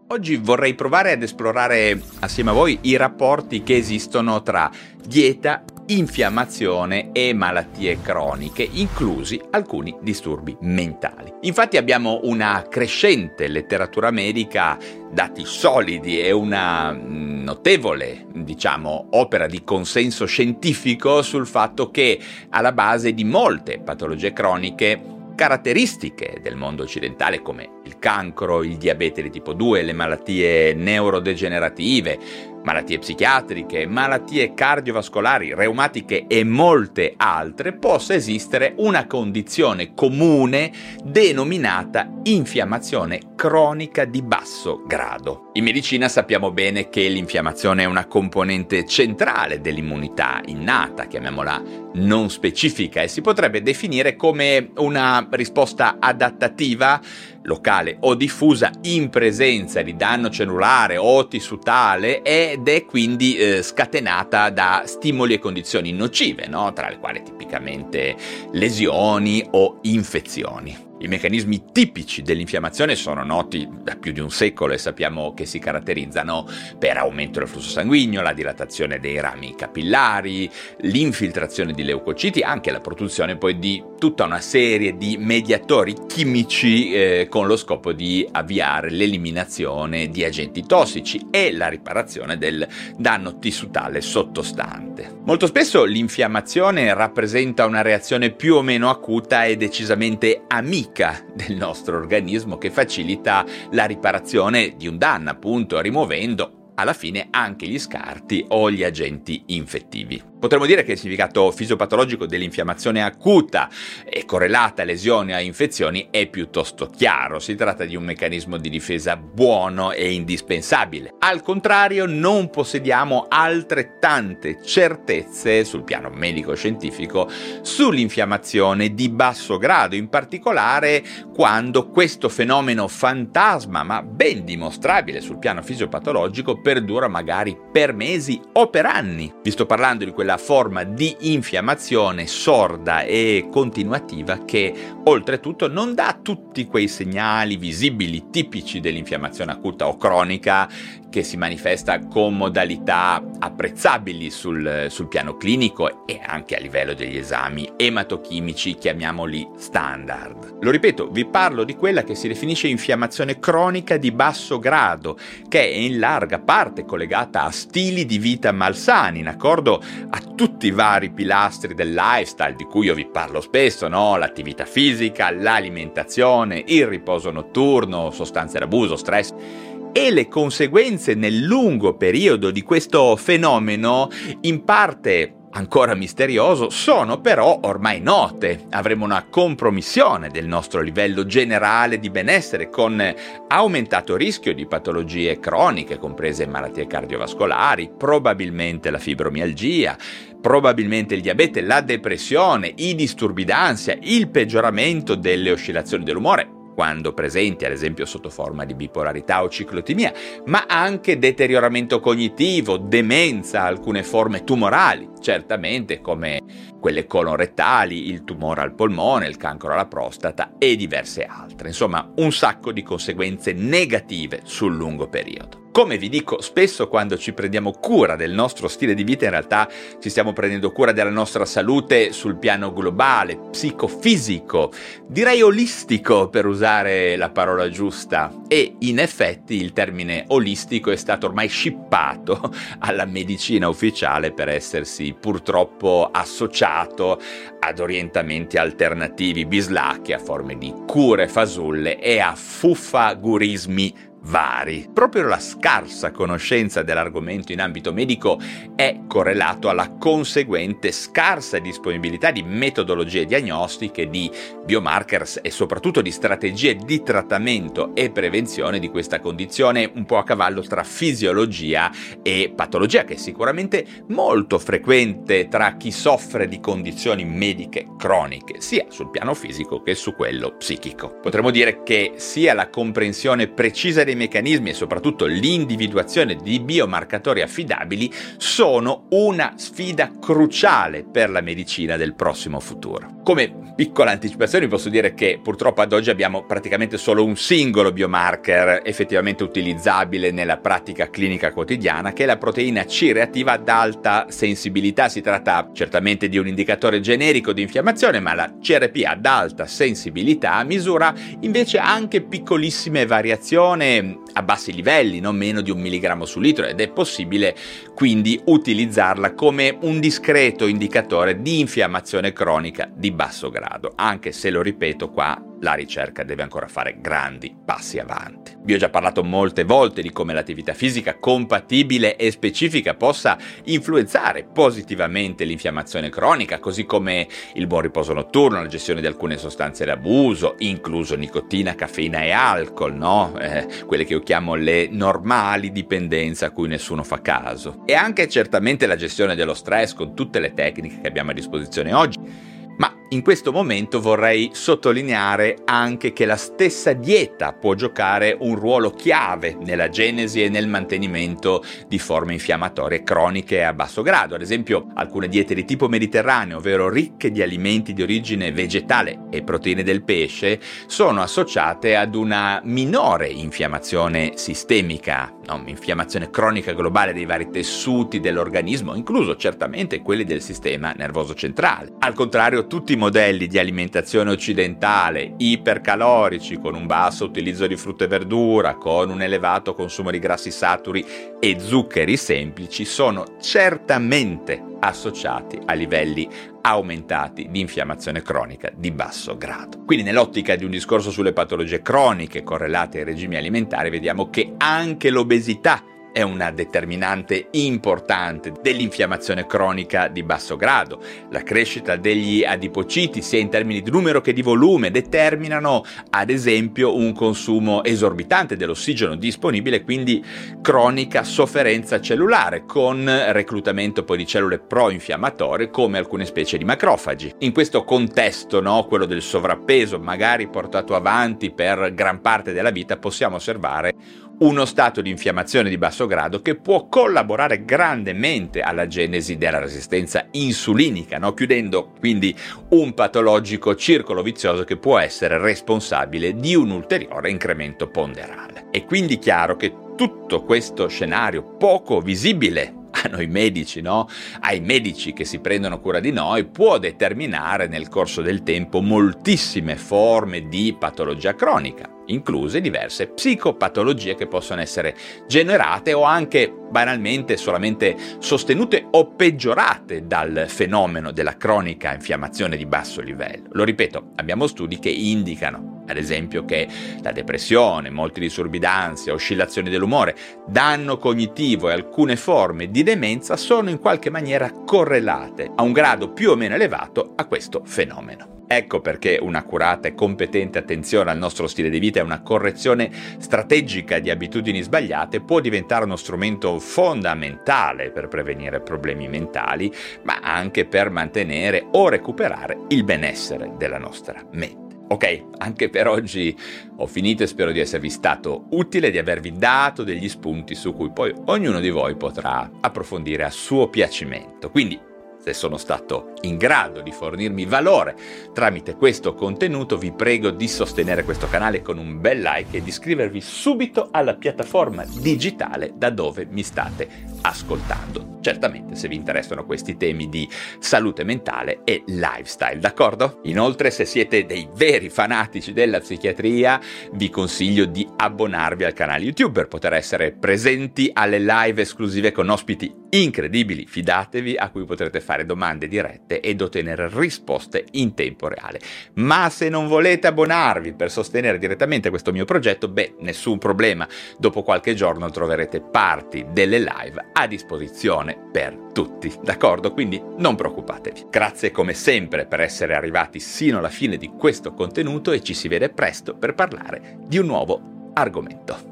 Oggi vorrei provare ad esplorare assieme a voi i rapporti che esistono tra dieta, infiammazione e malattie croniche, inclusi alcuni disturbi mentali. Infatti abbiamo una crescente letteratura medica, dati solidi e una notevole, opera di consenso scientifico sul fatto che alla base di molte patologie croniche caratteristiche del mondo occidentale come il cancro, il diabete di tipo 2, le malattie neurodegenerative, malattie psichiatriche, malattie cardiovascolari, reumatiche e molte altre, possa esistere una condizione comune denominata infiammazione cronica di basso grado. In medicina sappiamo bene che l'infiammazione è una componente centrale dell'immunità innata, chiamiamola non specifica, e si potrebbe definire come una risposta adattativa locale o diffusa in presenza di danno cellulare o tissutale ed è quindi scatenata da stimoli e condizioni nocive, tra le quali tipicamente lesioni o infezioni. I meccanismi tipici dell'infiammazione sono noti da più di un secolo e sappiamo che si caratterizzano per aumento del flusso sanguigno, la dilatazione dei rami capillari, l'infiltrazione di leucociti, anche la produzione poi di tutta una serie di mediatori chimici con lo scopo di avviare l'eliminazione di agenti tossici e la riparazione del danno tissutale sottostante. Molto spesso l'infiammazione rappresenta una reazione più o meno acuta e decisamente amica del nostro organismo che facilita la riparazione di un danno, appunto, rimuovendo alla fine anche gli scarti o gli agenti infettivi. Potremmo dire che il significato fisiopatologico dell'infiammazione acuta e correlata a lesioni e infezioni è piuttosto chiaro. Si tratta di un meccanismo di difesa buono e indispensabile. Al contrario, non possediamo altrettante certezze sul piano medico-scientifico sull'infiammazione di basso grado, in particolare quando questo fenomeno fantasma, ma ben dimostrabile sul piano fisiopatologico, perdura magari per mesi o per anni. Vi sto parlando di quella forma di infiammazione sorda e continuativa che oltretutto non dà tutti quei segnali visibili tipici dell'infiammazione acuta o cronica che si manifesta con modalità apprezzabili sul piano clinico e anche a livello degli esami ematochimici, chiamiamoli standard. Lo ripeto, vi parlo di quella che si definisce infiammazione cronica di basso grado, che è in larga parte collegata a stili di vita malsani, in accordo a tutti i vari pilastri del lifestyle di cui io vi parlo spesso, l'attività fisica, l'alimentazione, il riposo notturno, sostanze d'abuso, stress. E le conseguenze nel lungo periodo di questo fenomeno, in parte ancora misterioso, sono però ormai note. Avremo una compromissione del nostro livello generale di benessere con aumentato rischio di patologie croniche, comprese malattie cardiovascolari, probabilmente la fibromialgia, probabilmente il diabete, la depressione, i disturbi d'ansia, il peggioramento delle oscillazioni dell'umore, quando presenti ad esempio sotto forma di bipolarità o ciclotimia, ma anche deterioramento cognitivo, demenza, alcune forme tumorali, certamente come quelle colorettali, il tumore al polmone, il cancro alla prostata e diverse altre. Insomma, un sacco di conseguenze negative sul lungo periodo. Come vi dico spesso, quando ci prendiamo cura del nostro stile di vita, in realtà ci stiamo prendendo cura della nostra salute sul piano globale, psicofisico, direi olistico per usare la parola giusta. E in effetti il termine olistico è stato ormai shippato alla medicina ufficiale per essersi purtroppo associato ad orientamenti alternativi bislacchi, a forme di cure fasulle e a fuffagurismi vari. Proprio la scarsa conoscenza dell'argomento in ambito medico è correlato alla conseguente scarsa disponibilità di metodologie diagnostiche, di biomarkers e soprattutto di strategie di trattamento e prevenzione di questa condizione un po' a cavallo tra fisiologia e patologia, che è sicuramente molto frequente tra chi soffre di condizioni mediche croniche, sia sul piano fisico che su quello psichico. Potremmo dire che sia la comprensione precisa conoscere i meccanismi e soprattutto l'individuazione di biomarcatori affidabili sono una sfida cruciale per la medicina del prossimo futuro. Come piccola anticipazione posso dire che purtroppo ad oggi abbiamo praticamente solo un singolo biomarker effettivamente utilizzabile nella pratica clinica quotidiana, che è la proteina C reattiva ad alta sensibilità. Si tratta certamente di un indicatore generico di infiammazione, ma la CRP ad alta sensibilità misura invece anche piccolissime variazioni a bassi livelli, non meno di 1 milligrammo su litro, ed è possibile quindi utilizzarla come un discreto indicatore di infiammazione cronica di basso grado, anche se, lo ripeto, qua la ricerca deve ancora fare grandi passi avanti. Vi ho già parlato molte volte di come l'attività fisica compatibile e specifica possa influenzare positivamente l'infiammazione cronica, così come il buon riposo notturno, la gestione di alcune sostanze d'abuso, incluso nicotina, caffeina e alcol, no? Quelle che io chiamo le normali dipendenze a cui nessuno fa caso. E anche certamente la gestione dello stress con tutte le tecniche che abbiamo a disposizione oggi. Ma in questo momento vorrei sottolineare anche che la stessa dieta può giocare un ruolo chiave nella genesi e nel mantenimento di forme infiammatorie croniche a basso grado. Ad esempio, alcune diete di tipo mediterraneo, ovvero ricche di alimenti di origine vegetale e proteine del pesce, sono associate ad una minore infiammazione sistemica, infiammazione cronica globale dei vari tessuti dell'organismo, incluso certamente quelli del sistema nervoso centrale. Al contrario, tutti i modelli di alimentazione occidentale, ipercalorici, con un basso utilizzo di frutta e verdura, con un elevato consumo di grassi saturi e zuccheri semplici, sono certamente associati a livelli aumentati di infiammazione cronica di basso grado. Quindi, nell'ottica di un discorso sulle patologie croniche correlate ai regimi alimentari, vediamo che anche l'obesità è una determinante importante dell'infiammazione cronica di basso grado. La crescita degli adipociti, sia in termini di numero che di volume, determinano ad esempio un consumo esorbitante dell'ossigeno disponibile, quindi cronica sofferenza cellulare, con reclutamento poi di cellule pro-infiammatorie come alcune specie di macrofagi. In questo contesto, quello del sovrappeso, magari portato avanti per gran parte della vita, possiamo osservare uno stato di infiammazione di basso grado che può collaborare grandemente alla genesi della resistenza insulinica, chiudendo quindi un patologico circolo vizioso che può essere responsabile di un ulteriore incremento ponderale. È quindi chiaro che tutto questo scenario poco visibile a noi medici, ai medici che si prendono cura di noi, può determinare nel corso del tempo moltissime forme di patologia cronica, incluse diverse psicopatologie che possono essere generate o anche banalmente solamente sostenute o peggiorate dal fenomeno della cronica infiammazione di basso livello. Lo ripeto, abbiamo studi che indicano ad esempio che la depressione, molti disturbi d'ansia, oscillazioni dell'umore, danno cognitivo e alcune forme di demenza sono in qualche maniera correlate a un grado più o meno elevato a questo fenomeno. Ecco perché un'accurata e competente attenzione al nostro stile di vita e una correzione strategica di abitudini sbagliate può diventare uno strumento fondamentale per prevenire problemi mentali, ma anche per mantenere o recuperare il benessere della nostra mente. Ok, anche per oggi ho finito e spero di esservi stato utile, di avervi dato degli spunti su cui poi ognuno di voi potrà approfondire a suo piacimento. Quindi, se sono stato in grado di fornirmi valore tramite questo contenuto, vi prego di sostenere questo canale con un bel like e di iscrivervi subito alla piattaforma digitale da dove mi state ascoltando. Certamente se vi interessano questi temi di salute mentale e lifestyle, d'accordo? Inoltre, se siete dei veri fanatici della psichiatria, vi consiglio di abbonarvi al canale YouTube per poter essere presenti alle live esclusive con ospiti incredibili, fidatevi, a cui potrete fare domande dirette ed ottenere risposte in tempo reale. Ma se non volete abbonarvi per sostenere direttamente questo mio progetto, nessun problema, dopo qualche giorno troverete parti delle live a disposizione per tutti, d'accordo? Quindi non preoccupatevi. Grazie come sempre per essere arrivati sino alla fine di questo contenuto e ci si vede presto per parlare di un nuovo argomento.